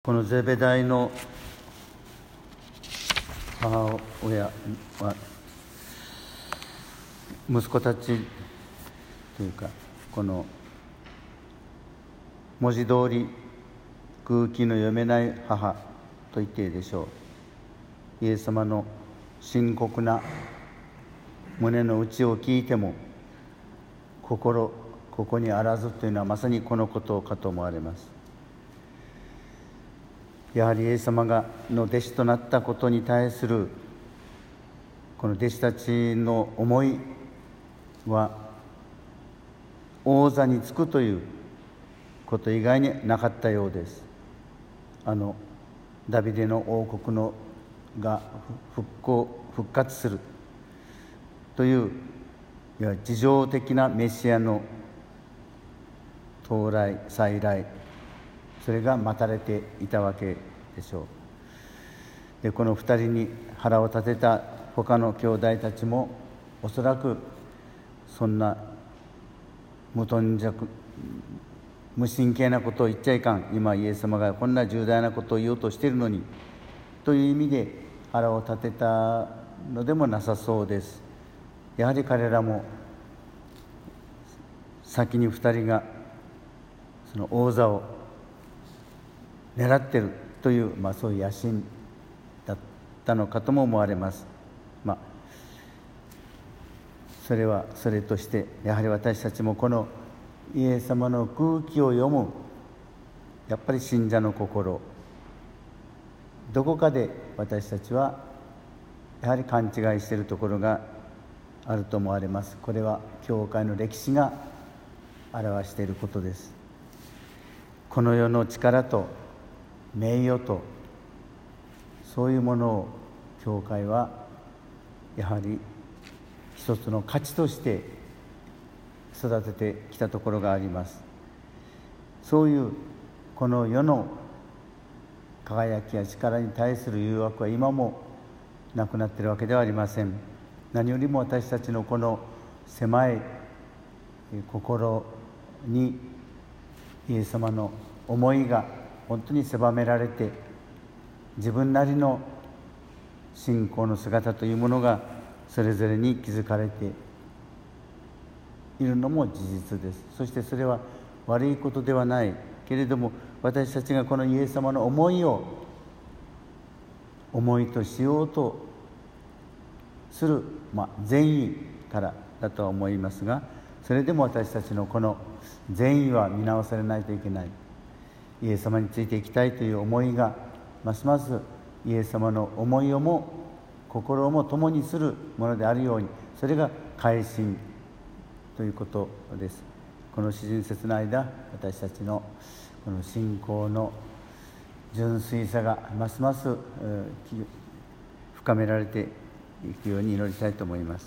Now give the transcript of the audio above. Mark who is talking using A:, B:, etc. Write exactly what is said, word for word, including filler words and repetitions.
A: このゼベダイの母親は息子たちというか、この文字通り空気の読めない母と言っていいでしょう。イエス様の深刻な胸の内を聞いても心ここにあらずというのはまさにこのことかと思われます。やはりイエス様がの弟子となったことに対するこの弟子たちの思いは王座につくということ以外になかったようです。あのダビデの王国のが復興復活するといういや事情的なメシアの到来再来、それが待たれていたわけでしょう。でこの二人に腹を立てた他の兄弟たちもおそらくそんな無頓着無神経なことを言っちゃいかん、今イエス様がこんな重大なことを言おうとしているのにという意味で腹を立てたのでもなさそうです。やはり彼らも先に二人がその王座を狙っているという、まあ、そういう野心だったのかとも思われます。まあ、それはそれとしてやはり私たちもこのイエス様の空気を読むやっぱり信者の心、どこかで私たちはやはり勘違いしているところがあると思われます。これは教会の歴史が表していることです。この世の力と名誉とそういうものを教会はやはり一つの価値として育ててきたところがあります。そういうこの世の輝きや力に対する誘惑は今もなくなっているわけではありません。何よりも私たちのこの狭い心にイエス様の思いが本当に狭められて、自分なりの信仰の姿というものがそれぞれに築かれているのも事実です。そしてそれは悪いことではないけれども、私たちがこのイエス様の思いを思いとしようとする、まあ、善意からだとは思いますが、それでも私たちのこの善意は見直されないといけない。イエス様についていきたいという思いがますますイエス様の思いをも心をも共にするものであるように、それが改心ということです。この四旬節の間、私たちのこの信仰の純粋さがますます深められていくように祈りたいと思います。